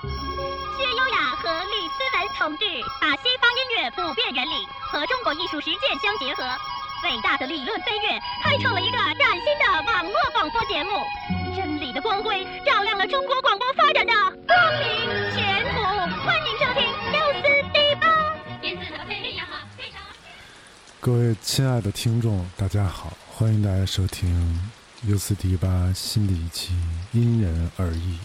薛优雅和李思文同志把西方音乐普遍原理和中国艺术实践相结合，伟大的理论飞跃开创了一个崭新的网络广播节目。真理的光辉照亮了中国广播发展的光明前途。欢迎收听64D8。 各位亲爱的听众，大家好，欢迎大家收听64D8新的一期因人而异。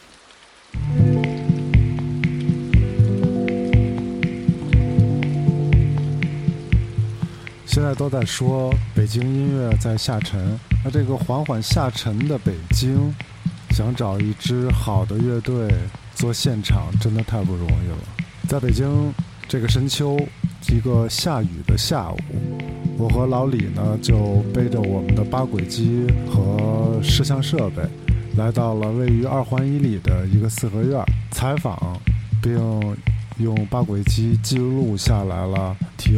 现在都在说北京音乐在下沉，那这个缓缓下沉的北京，想找一支好的乐队做现场真的太不容易了。在北京这个深秋，一个下雨的下午，我和老李呢就背着我们的八轨机和摄像设备，来到了位于2环1里的一个四合院，采访并用八轨机记录下来了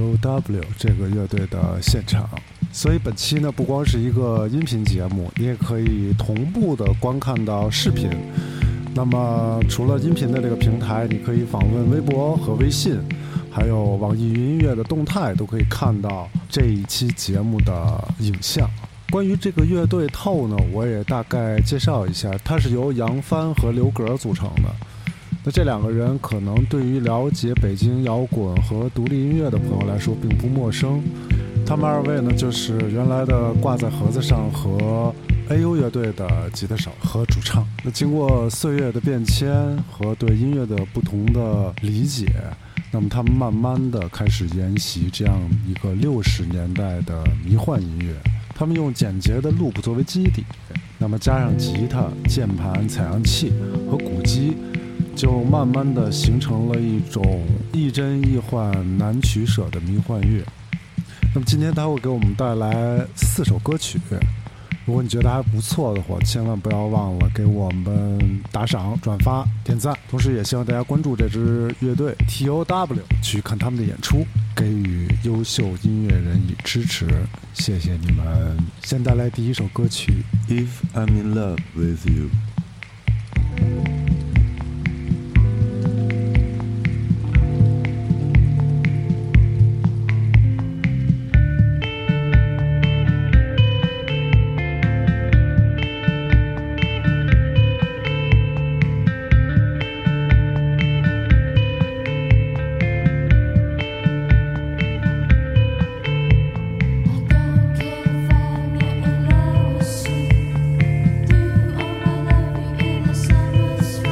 TOW 这个乐队的现场。所以本期呢不光是一个音频节目，你也可以同步的观看到视频。那么除了音频的这个平台，你可以访问微博和微信，还有网易云音乐的动态，都可以看到这一期节目的影像。关于这个乐队透呢，我也大概介绍一下，它是由杨帆和刘格组成的。那这两个人可能对于了解北京摇滚和独立音乐的朋友来说并不陌生。他们二位呢，就是原来的挂在盒子上和 AU 乐队的吉他手和主唱。那经过岁月的变迁和对音乐的不同的理解，那么他们慢慢的开始沿袭这样一个60年代的迷幻音乐。他们用简洁的 loop 作为基底，那么加上吉他、键盘、采样器和鼓机，就慢慢的形成了一种亦真亦幻、难取舍的迷幻乐。那么今天他会给我们带来4首歌曲，如果你觉得还不错的话，千万不要忘了给我们打赏、转发、点赞。同时也希望大家关注这支乐队 TOW， 去看他们的演出，给予优秀音乐人以支持。谢谢你们。先带来第一首歌曲 If I'm in love with you。 Do all my love you in the summer.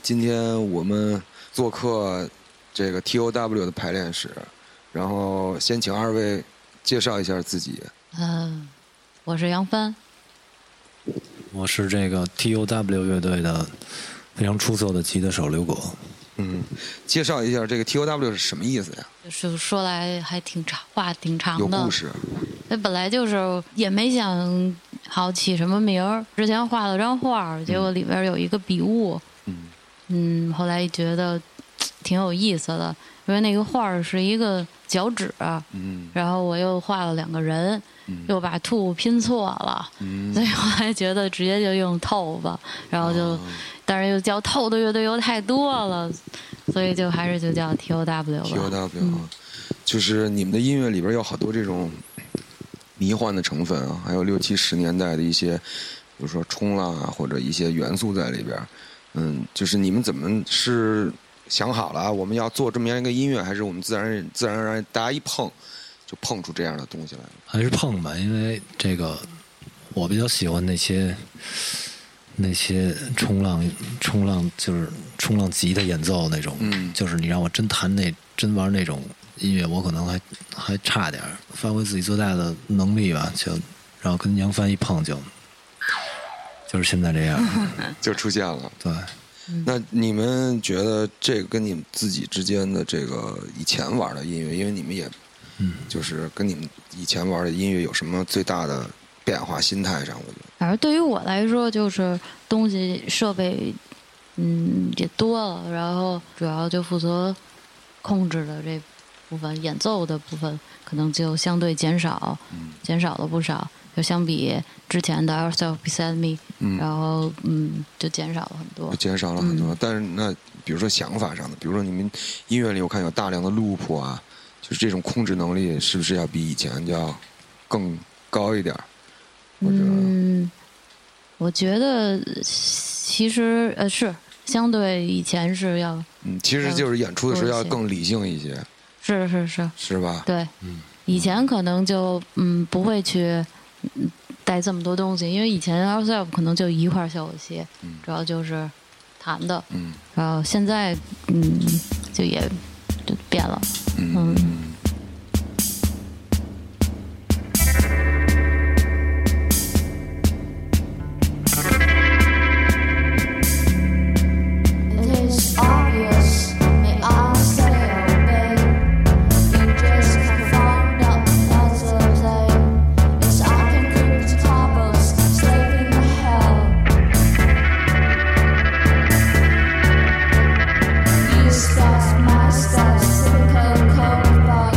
今天我们做客这个 TOW 的排练室，然后先请二位介绍一下自己。 我是杨帆， 我是这个 TOW 乐队的非常出色的吉他手刘果。 介绍一下这个 TOW 是什么意思呀？ 就是说来还挺长，话挺长的， 有故事。 那本来就是也没想好起什么名儿，之前画了张画，结果里边有一个笔误，后来觉得挺有意思的，因为那个画是一个脚趾，然后我又画了2个人，又把兔拼错了，所以后来觉得直接就用透吧，然后就，但是又叫透的乐队又太多了，所以就还是就叫 TOW 吧。 TOW 就是你们的音乐里边有好多这种迷幻的成分啊，还有60、70年代的一些，比如说冲浪啊，或者一些元素在里边。就是你们怎么是想好了我们要做这么样一个音乐，还是我们自然而然大家一碰就碰出这样的东西来？ 还是碰吧，因为这个我比较喜欢那些冲浪就是冲浪吉他演奏那种，就是你让我真玩那种音乐，我可能还差点，发挥自己最大的能力吧，就然后跟杨帆一碰就是现在这样就出现了。 对， 那你们觉得这个跟你们自己之间的这个以前玩的音乐，因为你们也就是跟你们以前玩的音乐有什么最大的变化？心态上，我觉得反正对于我来说，就是东西设备也多了，然后主要就负责控制的这部分，演奏的部分可能就相对减少了不少，就相比之前的 Ourselves Beside Me，然后就减少了很多。但是那比如说想法上的，比如说你们音乐里我看有大量的 loop 啊，就是这种控制能力是不是要比以前就要更高一点？ 我觉得其实是相对以前是要其实就是演出的时候要更理性一些。是吧？ 对，以前可能就不会去带这么多东西，因为以前 Ourselves 可能就一块效果器，主要就是弹的，然后现在就也就变了， My stuff, typical code by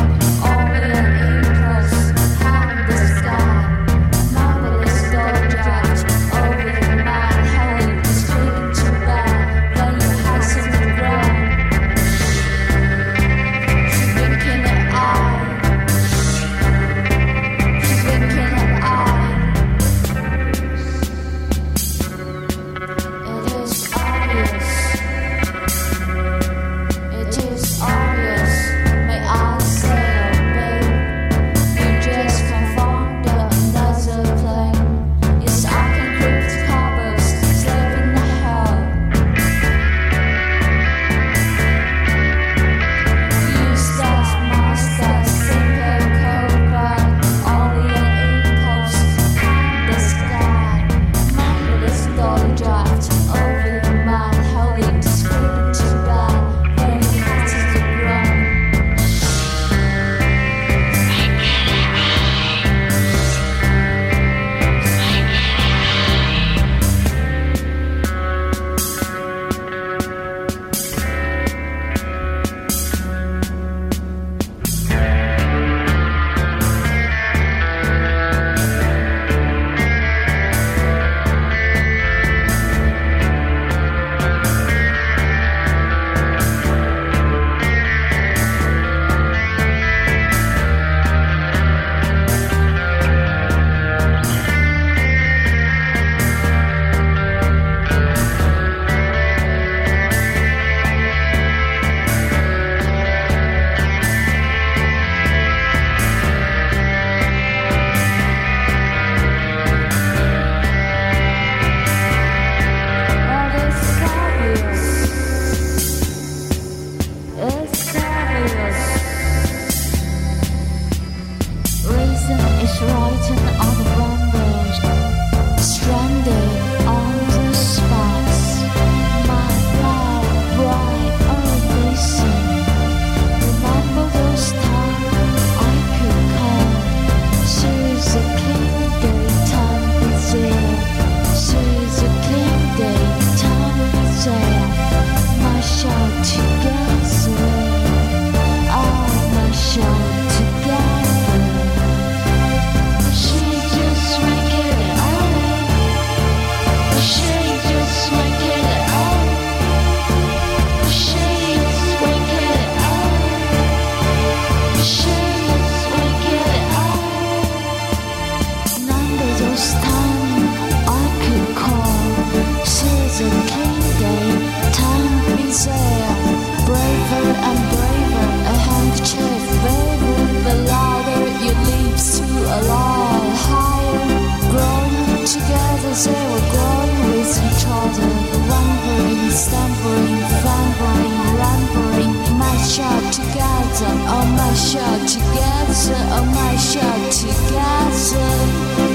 shout together, all my shout together.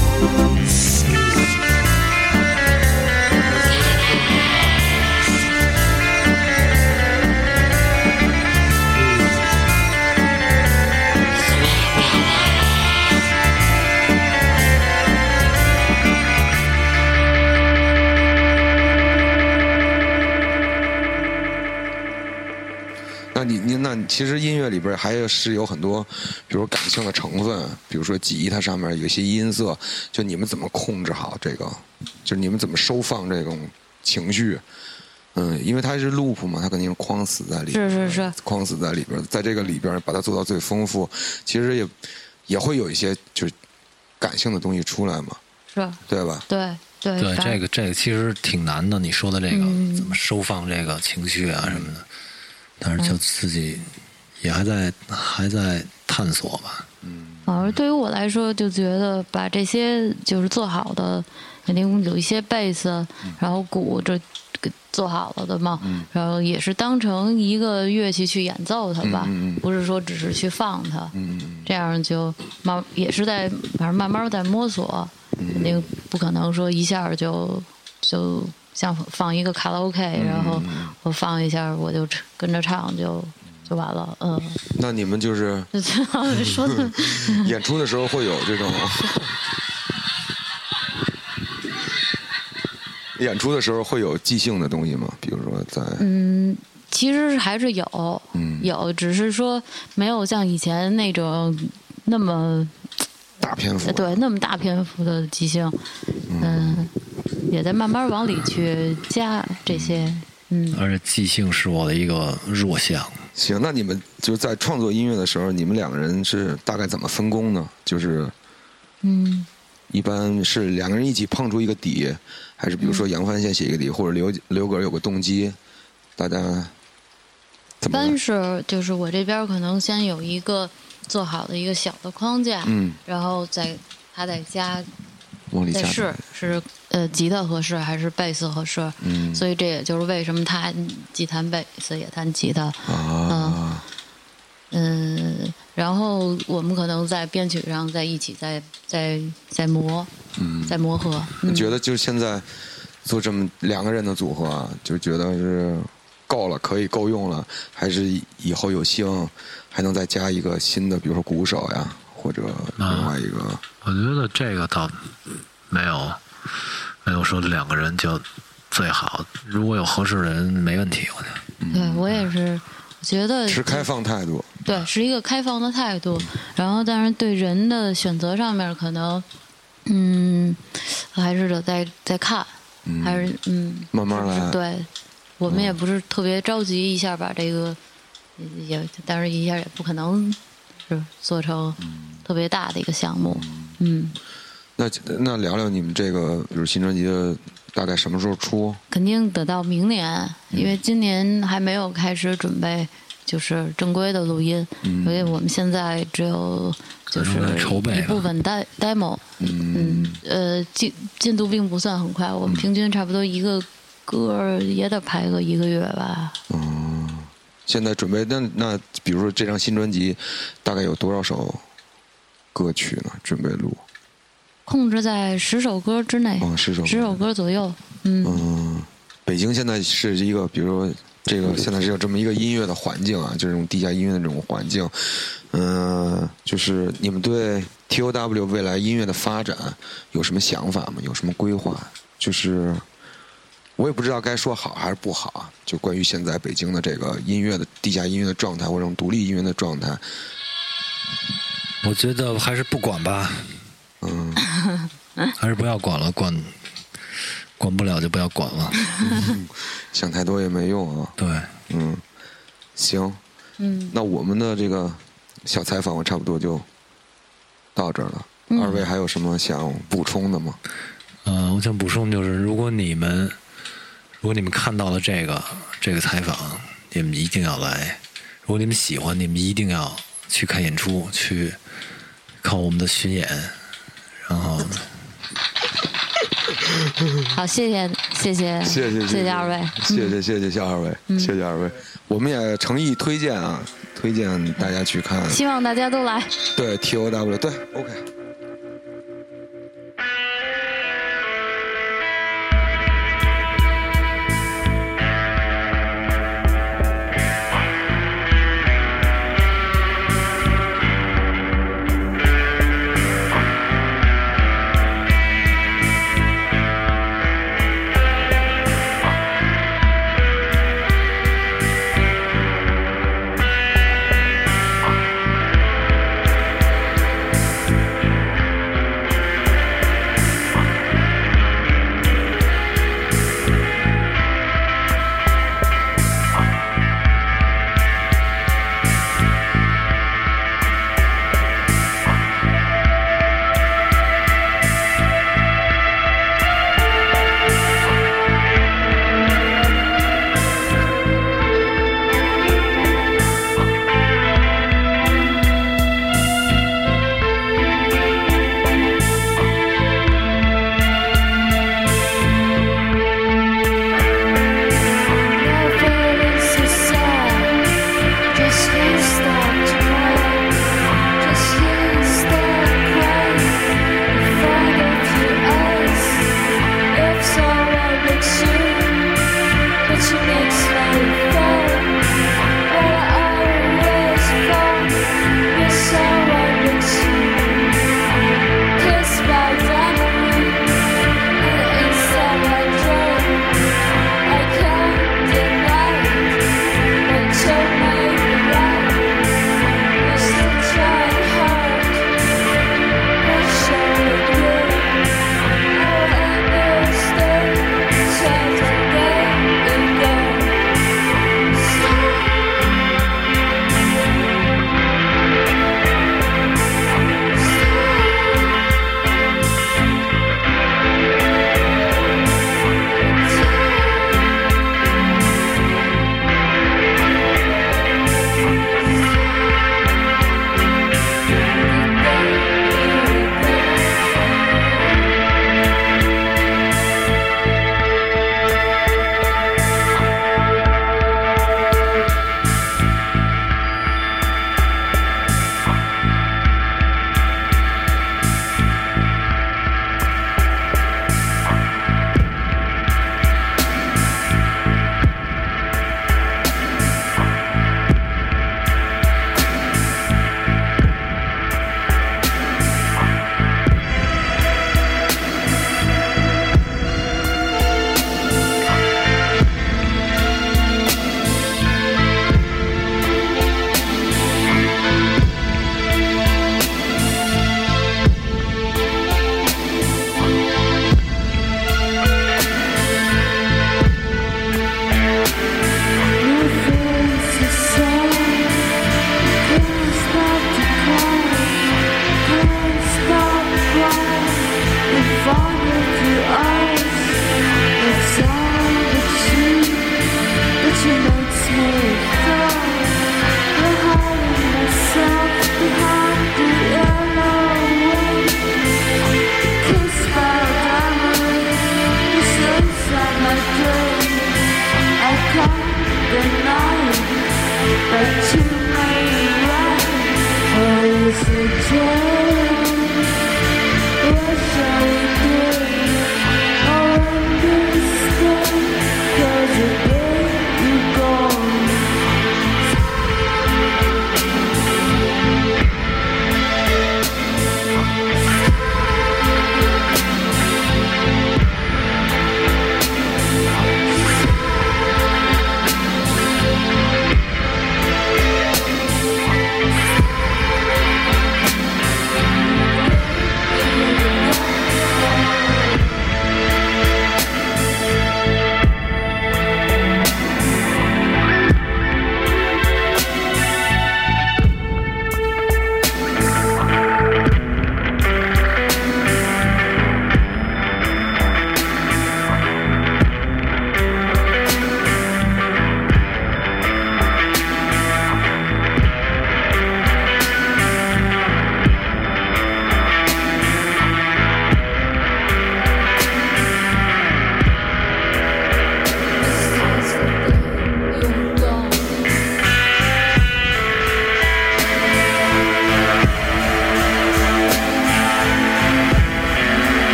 那其实音乐里边还是有很多，比如感性的成分，比如说吉他上面有些音色，就你们怎么控制好这个？就是你们怎么收放这种情绪？因为它是 loop 嘛，它肯定是框死在里边， 是框死在里边，在这个里边把它做到最丰富，其实也会有一些就是感性的东西出来嘛， 是， 对吧？ 对， 这个其实挺难的。你说的这个、怎么收放这个情绪啊什么的，但是就自己也还在探索吧。 而对于我来说，就觉得把这些就是做好的，肯定有一些贝斯，然后鼓这做好了的嘛，然后也是当成一个乐器去演奏它吧，不是说只是去放它，这样就也是反正慢慢在摸索，肯定不可能说一下就像放一个卡拉 OK，然后我放一下我就跟着唱就完了， 那你们就是说的演出的时候会有这种演出的时候会有即兴的东西吗？比如说在其实还是有，只是说没有像以前那种那么大篇幅， 对，那么大篇幅的即兴，也在慢慢往里去加这些， 而且即兴是我的一个弱项。 行，那你们就是在创作音乐的时候，你们两个人是大概怎么分工呢？就是一般是两个人一起碰出一个底，还是比如说杨帆先写一个底，或者刘葛有个动机，大家怎么？ 一般是就是我这边可能先有一个做好的一个小的框架，然后他再加往里加是吉他合适还是贝斯合适，所以这也就是为什么他既弹贝斯也弹吉他然后我们可能在编曲上在一起再磨，再磨合。 我觉得就是现在做这么两个人的组合啊，就觉得是够了，可以够用了，还是以后有幸还能再加一个新的，比如说鼓手呀，或者另外一个。 我觉得这个倒没有说两个人就最好，如果有合适的人没问题，我觉得。 对，我也是觉得是开放态度。 对，是一个开放的态度。然后，但是对人的选择上面，可能，还是得再看，还是慢慢来。 对，我们也不是特别着急一下把这个，但是一下也不可能是做成特别大的一个项目。 那聊聊你们这个，比如新专辑的大概什么时候出？ 肯定得到明年，因为今年还没有开始准备。就是正规的录音，所以我们现在只有就是一部分 demo， 进度并不算很快，我们平均差不多一个歌也得排个1个月吧。 现在准备那比如说这张新专辑大概有多少首歌曲呢？准备录？ 控制在10首歌之内，10首歌左右。 北京现在是一个，比如说。这个现在是有这么一个音乐的环境啊，就是这种地下音乐的这种环境，就是你们对 TOW 未来音乐的发展有什么想法吗？有什么规划？就是我也不知道该说好还是不好啊。就关于现在北京的这个音乐的地下音乐的状态，或者这种独立音乐的状态， 我觉得还是不管吧，还是不要管了，管不了就不要管了， 想太多也没用啊。 对， 行，那我们的这个小采访我差不多就到这儿了。二位还有什么想补充的吗？ 我想补充就是，如果你们看到了这个采访，你们一定要来；如果你们喜欢，你们一定要去看演出，去看我们的巡演，然后。 好，谢谢谢二位， 谢谢二位，谢谢二位，我们也诚意推荐啊，推荐大家去看， 希望大家都来。 对 TOW 对 OK。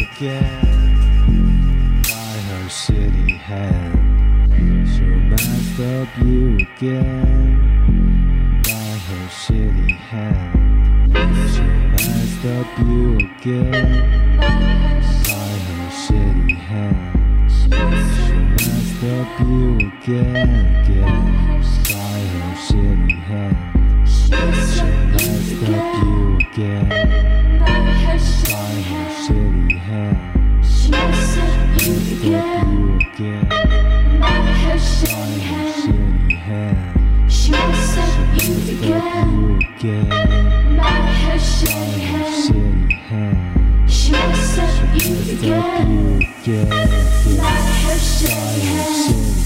again by her shitty hand. She'll mess up you again by her shitty hand. She'll mess up you again by her shitty hand. She'll mess up you again by her shitty hand. She'll mess up you again by her shitty hand. She'll mess up you again by her shitty hand. She'll mess up you again by her shitty hand. She'll mess up you again by her shitty hand.